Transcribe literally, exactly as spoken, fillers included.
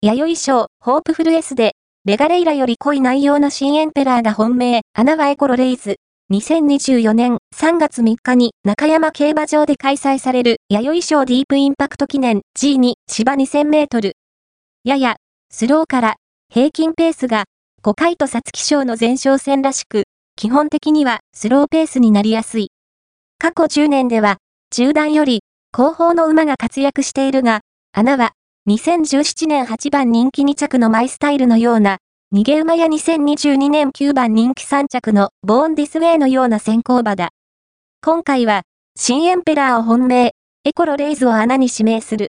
弥生賞、ホープフル S で、レガレイラより濃い内容の新エンペラーが本命、穴はエコロレイズ。にせんにじゅうよねんさんがつみっかに中山競馬場で開催される弥生賞ディープインパクト記念 ジーに 芝にせんメートル。やや、スローから平均ペースがごかいと皐月賞の前哨戦らしく、基本的にはスローペースになりやすい。過去じゅうねんでは、中段より後方の馬が活躍しているが、穴はにせんじゅうななねんはちばん人気に着のマイスタイルのような、逃げ馬やにせんにじゅうにねんきゅうばん人気さん着のボーンディスウェイのような先行馬だ。今回は、新エンペラーを本命、エコロレイズを穴に指名する。